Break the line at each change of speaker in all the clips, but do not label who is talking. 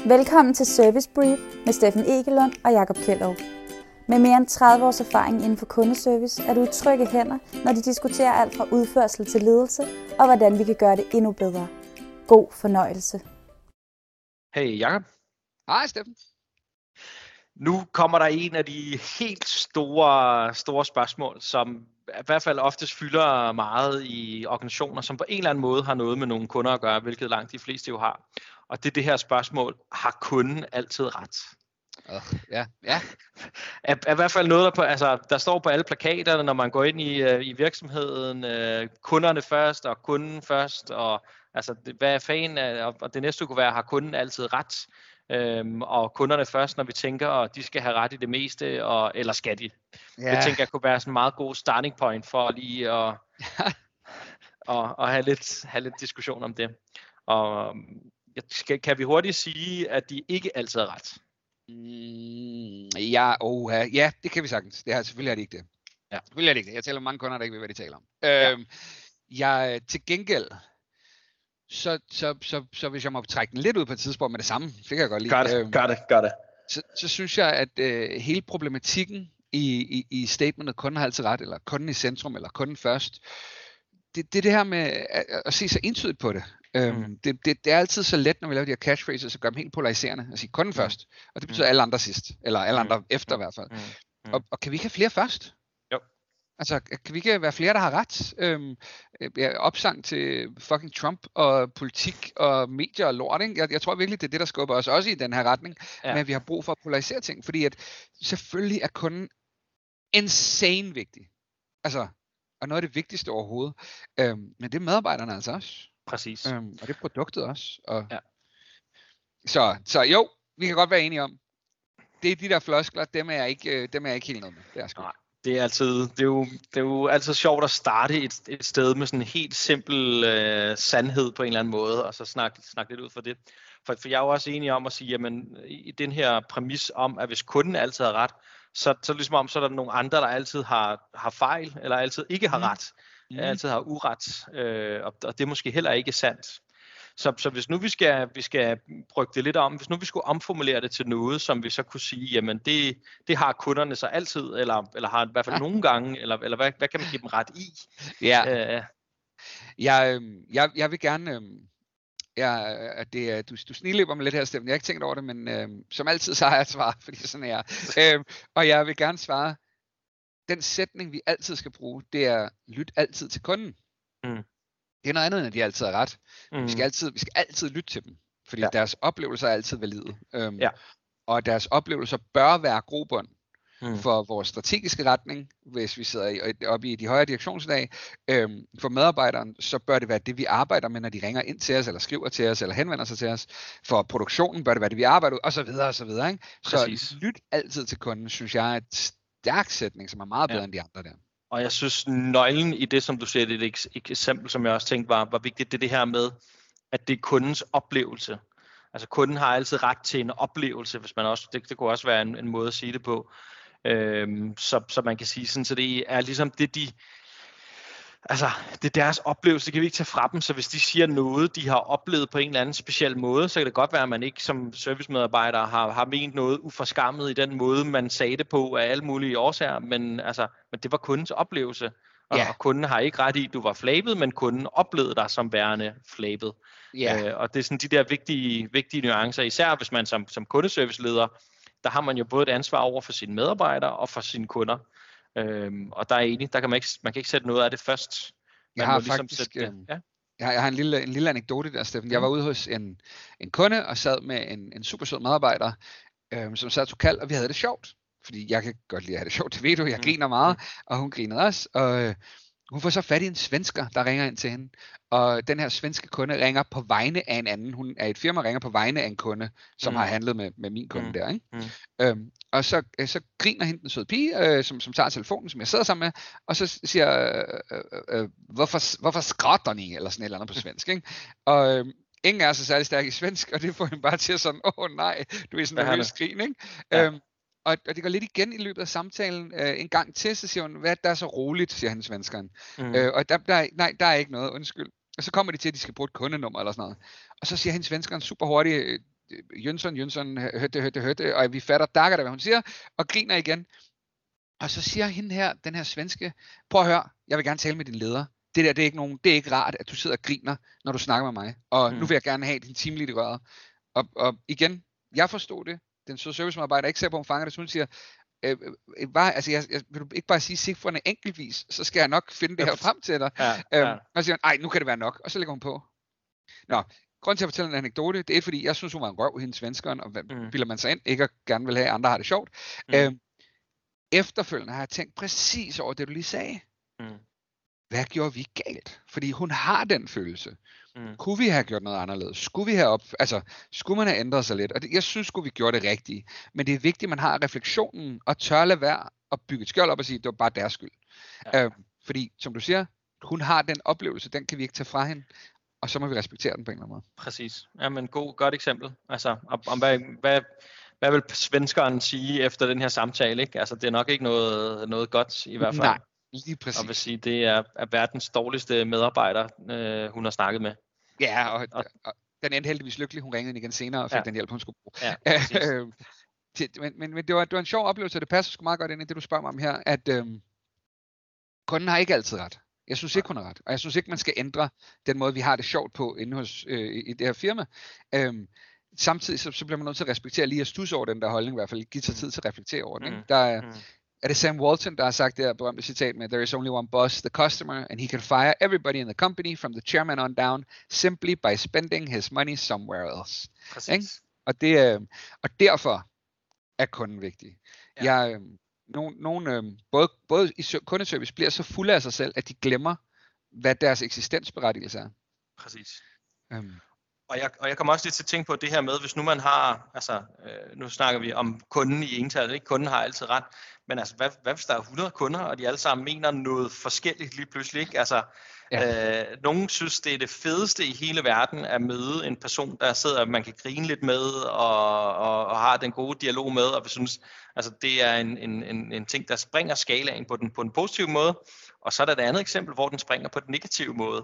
Velkommen til Service Brief med Steffen Egelund og Jakob Kjellerup. Med mere end 30 års erfaring inden for kundeservice er du i trygge hænder, når de diskuterer alt fra udførsel til ledelse og hvordan vi kan gøre det endnu bedre. God fornøjelse.
Hey Jakob.
Hej Steffen.
Nu kommer der en af de helt store spørgsmål, som i hvert fald oftest fylder meget i organisationer, som på en eller anden måde har noget med nogle kunder at gøre, hvilket langt de fleste jo har. Og det er det her spørgsmål, har kunden altid ret?
Ja.
Er i hvert fald noget, der står på alle plakaterne, når man går ind i virksomheden, kunderne først og kunden først, og altså, hvad er fanden, og det næste kunne være, har kunden altid ret? Og kunderne først, når vi tænker, at de skal have ret i det meste, eller skal de? Yeah. Det tænker jeg kunne være sådan en meget god starting point for lige at have lidt diskussion om det. Og kan vi hurtigt sige, at de ikke altid har ret?
Ja, det kan vi sagtens. Selvfølgelig er det ikke det.
Ja.
Selvfølgelig er det ikke det. Jeg taler om mange kunder, der ikke ved, hvad de taler om. Til gengæld, så hvis jeg må trække den lidt ud på et tidspunkt med det samme, det kan jeg godt lide.
Gør det.
Så synes jeg, at hele problematikken i statementet, kunden har altid ret, eller kunden i centrum, eller kunden først, det her med at se så entydigt på det. Det er altid så let, når vi laver de her catchphrases, så gør dem helt polariserende. At sige kunden først, og det betyder alle andre sidst, eller alle andre efter i hvert fald. Og kan vi ikke have flere først?
Jo.
Altså, kan vi ikke være flere, der har ret? Opsang til fucking Trump og politik og medier og lort, ikke? Jeg tror virkelig, det er det, der skubber os også i den her retning, men at vi har brug for at polarisere ting, fordi at selvfølgelig er kunden insane vigtig. Altså, og noget af det vigtigste overhovedet. Men det er medarbejderne altså også.
Præcis.
Og det er produktet også. Og så jo, vi kan godt være enige om, det er de der floskler, dem er jeg ikke helt noget med. Det er sgu.
Det er jo altid sjovt at starte et sted med sådan en helt simpel sandhed på en eller anden måde, og så snakke lidt ud for det. For jeg er jo også enig om at sige, jamen i den her præmis om, at hvis kunden altid har ret, så ligesom om, så er der nogle andre, der altid har fejl, eller altid ikke har ret, altid har uret, og det er måske heller ikke sandt. Så hvis nu vi skal brygge det lidt om, hvis nu vi skulle omformulere det til noget, som vi så kunne sige, jamen det har kunderne så altid, eller har i hvert fald nogle gange, eller hvad kan man give dem ret i?
Ja. Jeg vil gerne, du sniløber mig lidt her, Steffen. Jeg har ikke tænkt over det, men som altid så har jeg et svar, fordi sådan er jeg. Og jeg vil gerne svare, den sætning vi altid skal bruge, det er lyt altid til kunden. Det er noget andet, end at de altid har ret. Vi skal altid lytte til dem, fordi deres oplevelser er altid valide. Og deres oplevelser bør være grobund for vores strategiske retning, hvis vi sidder oppe i de højere direktionslag. For medarbejderen, så bør det være det, vi arbejder med, når de ringer ind til os, eller skriver til os, eller henvender sig til os. For produktionen bør det være det, vi arbejder ud, og så videre, og så videre. Ikke? Så lyt altid til kunden, synes jeg er et stærk sætning, som er meget bedre end de andre der.
Og jeg synes, nøglen i det, som du siger, det er et eksempel, som jeg også tænkte var vigtigt, det her med, at det er kundens oplevelse. Altså kunden har altid ret til en oplevelse, hvis man også, det kunne også være en måde at sige det på. Så man kan sige sådan, så det er ligesom det, det er deres oplevelse, det kan vi ikke tage fra dem, så hvis de siger noget, de har oplevet på en eller anden speciel måde, så kan det godt være, at man ikke som servicemedarbejder har ment noget uforskammet i den måde, man sagde det på af alle mulige årsager, men det var kundens oplevelse, og kunden har ikke ret i, at du var flabet, men kunden oplevede dig som værende flabet. Og det er sådan de der vigtige nuancer, især hvis man som kundeserviceleder, der har man jo både et ansvar over for sine medarbejdere og for sine kunder. Og der er enig, der kan man kan ikke sætte noget af det først.
Jeg har en lille anekdote der, Steffen. Jeg var ude hos en kunde og sad med en super sød medarbejder, som sad og tog kald, og vi havde det sjovt. Fordi jeg kan godt lide at have det sjovt, det ved du. Jeg griner meget, og hun grinede også. Og hun får så fat i en svensker, der ringer ind til hende. Og den her svenske kunde ringer på vegne af en anden. Hun er et firma, ringer på vegne af en kunde, som har handlet med min kunde der. Ikke? Og så griner hende den søde pige, som tager telefonen, som jeg sidder sammen med. Og så siger hvorfor skrætter ni? Eller sådan et eller andet på svensk. Ikke? Og ingen er så særlig stærk i svensk, og det får hende bare til sådan, nej, du er sådan en løs grin. Ikke? Og det går lidt igen i løbet af samtalen en gang til, så siger hun, hvad der er så roligt, siger han svenskeren. Og der er ikke noget, undskyld. Og så kommer de til, at de skal bruge et kundenummer eller sådan noget. Og så siger han svenskeren super hurtigt, Jønsson, høtte, og vi fatter dakker hvad hun siger, og griner igen. Og så siger hende her, den her svenske, prøv at høre, jeg vil gerne tale med din leder. Det der, det er ikke rart, at du sidder og griner, når du snakker med mig. Og nu vil jeg gerne have din teamlead i røret. Og igen, jeg forstod det. Den servicemedarbejder er ikke sikker på, om hun fanger det, så hun siger, jeg vil du ikke bare sige cifrene enkeltvis, så skal jeg nok finde det her frem til dig. Og så siger hun, nu kan det være nok, og så lægger hun på. Nå, grunden til at fortælle en anekdote, det er fordi, jeg synes, hun var en røv, hende svenskeren, og bilder man sig ind, ikke at gerne vil have, at andre har det sjovt. Efterfølgende har jeg tænkt præcis over det, du lige sagde. Hvad gjorde vi galt? Fordi hun har den følelse. Kunne vi have gjort noget anderledes? Skulle man have ændret sig lidt? Og jeg synes, skulle vi gjorde det rigtigt. Men det er vigtigt, at man har refleksionen og tør lade være at bygge et skjold op og sige, det var bare deres skyld. Ja. Fordi, som du siger, hun har den oplevelse, den kan vi ikke tage fra hende, og så må vi respektere den på en eller anden måde.
Præcis. Jamen, godt eksempel. Altså, om hvad vil svenskeren sige efter den her samtale? Ikke? Altså, det er nok ikke noget godt i hvert fald.
Nej. Lige præcis.
Og vil sige, det er verdens dårligste medarbejder, hun har snakket med.
Ja, og den endte heldigvis lykkelig. Hun ringede igen senere og fik den hjælp, hun skulle bruge.
Ja,
men det var en sjov oplevelse, og det passer sgu meget godt ind i det, du spørger mig om her, at kunden har ikke altid ret. Jeg synes ikke, hun har ret. Og jeg synes ikke, man skal ændre den måde, vi har det sjovt på inde hos i det her firma. Samtidig så bliver man nødt til at respektere lige at studse over den der holdning, i hvert fald give sig tid til at reflektere over den. Ikke? Er det Sam Walton, der har sagt det her berømte citat med, there is only one boss, the customer, and he can fire everybody in the company from the chairman on down, simply by spending his money somewhere else.
Præcis.
Og derfor er kunden vigtig. Ja. Både i kundeservice bliver så fulde af sig selv, at de glemmer, hvad deres eksistensberettigelse er.
Præcis. Og jeg kommer også lige til at tænke på det her med, hvis nu man har, nu snakker vi om kunden i ental, ikke? Kunden har altid ret, men altså, hvad hvis der er 100 kunder, og de alle sammen mener noget forskelligt lige pludselig, ikke? Altså, nogen synes, det er det fedeste i hele verden at møde en person, der sidder, man kan grine lidt med, og har den gode dialog med, og vi synes, altså, det er en ting, der springer skalaen på den positive måde, og så er der et andet eksempel, hvor den springer på den negative måde.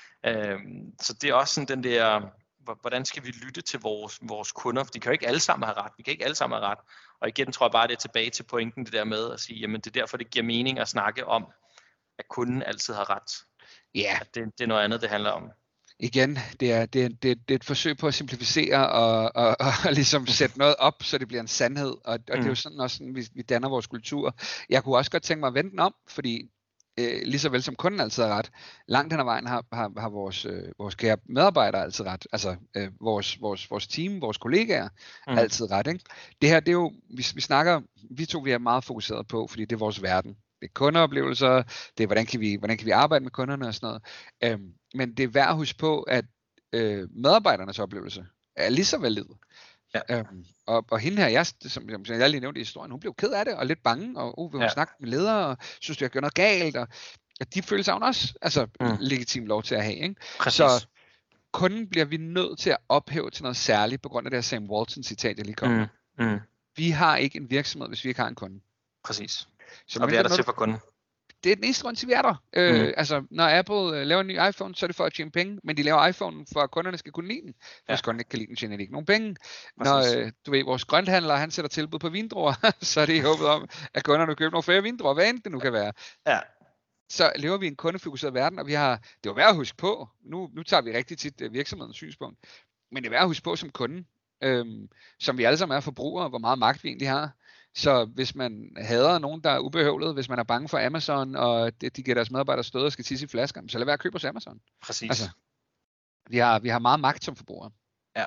Så det er også sådan den der, hvordan skal vi lytte til vores kunder, for de kan jo ikke alle sammen have ret, vi kan ikke alle sammen have ret, og igen tror jeg bare, det er tilbage til pointen, det der med at sige, jamen det er derfor, det giver mening at snakke om, at kunden altid har ret.
Ja.
At det er noget andet, det handler om.
Igen, det er et forsøg på at simplificere og ligesom sætte noget op, så det bliver en sandhed, og det er jo sådan også sådan, vi danner vores kultur. Jeg kunne også godt tænke mig at vende den om, fordi lige så vel som kunden altid har ret, langt hen ad vejen har vores kære medarbejdere altid ret, altså vores team, vores kollegaer altid ret, ikke? Det her, det er jo, vi er meget fokuseret på, fordi det er vores verden. Det er kundeoplevelser, det er hvordan kan vi arbejde med kunderne og sådan noget. Men det er værd at huske på, at medarbejdernes oplevelse er lige så valid. Ja. Og hende her, som jeg lige nævnte i historien, hun blev ked af det og lidt bange, og vil hun snakke med ledere, og synes, det har gjort noget galt, og de følelser hun også legitim lov til at have. Ikke? Så kunden bliver vi nødt til at ophæve til noget særligt, på grund af det her Sam Walton citat, jeg lige kom med. Vi har ikke en virksomhed, hvis vi ikke har en kunde.
Præcis. Så vi er der til for kunden.
Det er den eneste grund til, vi er der. Altså, når Apple laver en ny iPhone, så er det for at tjene penge, men de laver iPhone, for at kunderne skal kunne lide den. Hvis kunden ikke kan lide den, tjener de ikke nogen penge. Når vores grønthandler, han sætter tilbud på vindruer, så er det i håbet om, at kunderne køber nogle flere vindruer, hvad end det nu kan være. Ja. Så lever vi i en kundefokuseret verden, og det er jo værd at huske på, nu tager vi rigtig tit virksomhedens synspunkt, men det er værd at huske på som kunde, som vi alle sammen er forbrugere, hvor meget magt vi egentlig har. Så hvis man hader nogen, der er ubehøvlet, hvis man er bange for Amazon, og de giver deres medarbejdere stød og skal tisse i flasker, så lad være at købe hos Amazon.
Præcis.
Altså, vi har meget magt som forbrugere.
Ja.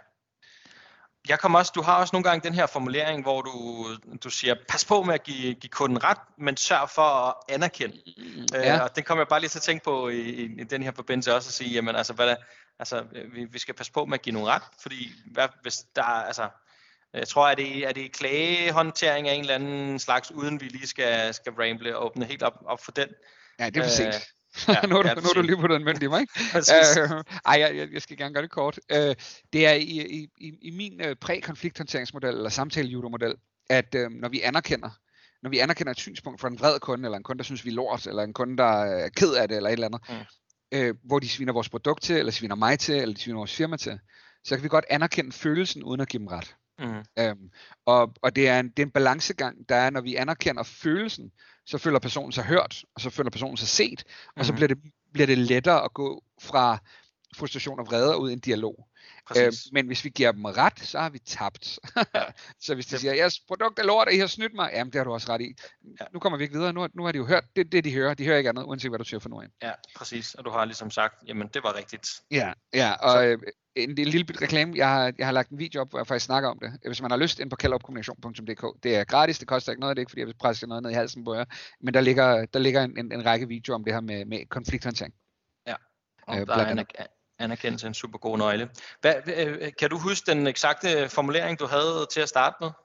Du har også nogle gange den her formulering, hvor du siger, pas på med at give kunden ret, men sørg for at anerkende. Og den kommer jeg bare lige til at tænke på i den her forbindelse også, at sige, jamen altså, vi skal passe på med at give nogen ret, fordi hvis der er, jeg tror, at det er klagehåndtering af en eller anden slags, uden vi lige skal ramble og åbne helt op for den.
Ja, det er for sent. Nu er du lige på den mønt i mig, ikke? Jeg skal gerne gøre det kort. Det er i min præ-konflikthåndteringsmodel, eller samtale-judo-model, at når vi anerkender et synspunkt fra en vred kunde, eller en kunde, der synes, vi er lort, eller en kunde, der er ked af det, eller et eller andet, hvor de sviner vores produkt til, eller sviner mig til, eller de sviner vores firma til, så kan vi godt anerkende følelsen, uden at give dem ret. Og det er en balancegang, der er, når vi anerkender følelsen, så føler personen sig hørt, og så føler personen sig set, og så bliver det lettere at gå fra frustration og vrede ud i en dialog. Men hvis vi giver dem ret, så har vi tabt. Så hvis de siger, jeres produkt er lort, og I har snydt mig, jamen det har du også ret i. Nu kommer vi ikke videre, nu har de jo hørt det de hører. De hører ikke andet, uanset hvad du siger for nu af.
Ja, præcis. Og du har ligesom sagt, jamen det var rigtigt.
Ja, og en lille bit reklame, jeg har lagt en video op, hvor jeg faktisk snakker om det. Hvis man har lyst, ind på kjeldopkommunikation.dk. Det er gratis, det koster ikke noget, det er ikke fordi jeg vil presse noget ned i halsen på jer. Men der ligger en række videoer om det her med konflikthåndtering.
Ja, og der er anerkendelse en super god nøgle. Kan du huske den eksakte formulering, du havde til at starte med?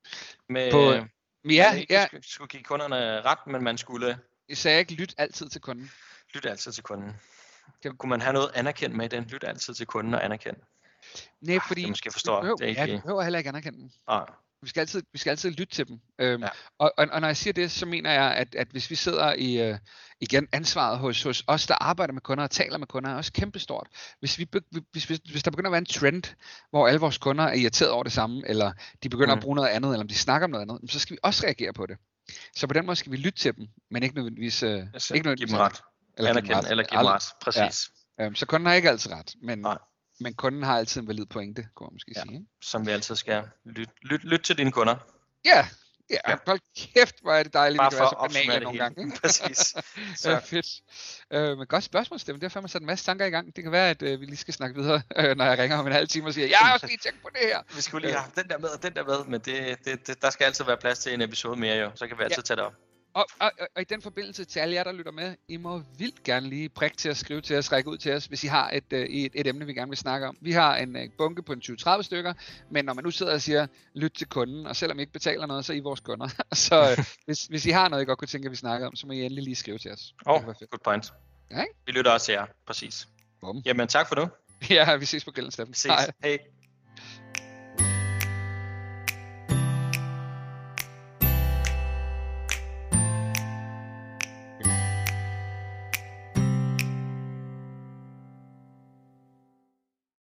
Man skulle give kunderne ret, men man skulle...
Jeg sagde ikke, lyt altid til kunden.
Lyt altid til kunden. Kunne man have noget anerkendt med i den? Lyt altid til kunden og anerkend.
Nej, fordi...
Det måske forstår.
Vi behøver heller ikke anerkende dem. Vi skal altid lytte til dem. Og når jeg siger det, så mener jeg, at hvis vi sidder i igen ansvaret hos os, der arbejder med kunder og taler med kunder, er også kæmpestort. Hvis der begynder at være en trend, hvor alle vores kunder er irriteret over det samme, eller de begynder at bruge noget andet, eller om de snakker om noget andet, så skal vi også reagere på det. Så på den måde skal vi lytte til dem, men ikke nødvendigvis
give dem ret. Anerkende eller give dem ret. Præcis.
Ja. Så kunden har ikke altid ret, men kunden har altid en valid pointe, kunne man måske sige. Ikke?
Som vi altid skal. Lyt til dine kunder.
Ja. Hold kæft, hvor er det dejligt,
bare
at være så
banaler
nogle gange. Ikke?
Præcis.
Fedt. Men godt spørgsmål, Steffen. Det har fandme sat en masse tanker i gang. Det kan være, at vi lige skal snakke videre, når jeg ringer om en halv time og siger, jeg har også lige tænkt på det her.
Vi skulle lige have den der med og den der med, men der skal altid være plads til en episode mere jo. Så kan vi altid tage det op.
Og i den forbindelse til alle jer, der lytter med, I må vildt gerne lige prikke til at skrive til os, række ud til os, hvis I har et emne, vi gerne vil snakke om. Vi har en bunke på 20-30 stykker, men når man nu sidder og siger, lyt til kunden, og selvom I ikke betaler noget, så er I vores kunder. Så hvis I har noget, I godt kunne tænke, at vi snakker om, så må I endelig lige skrive til os.
Good point.
Ja,
vi lytter også til jer, præcis. Jamen tak for nu.
Ja, vi ses på gælden, Steffen.
Vi ses. Hej.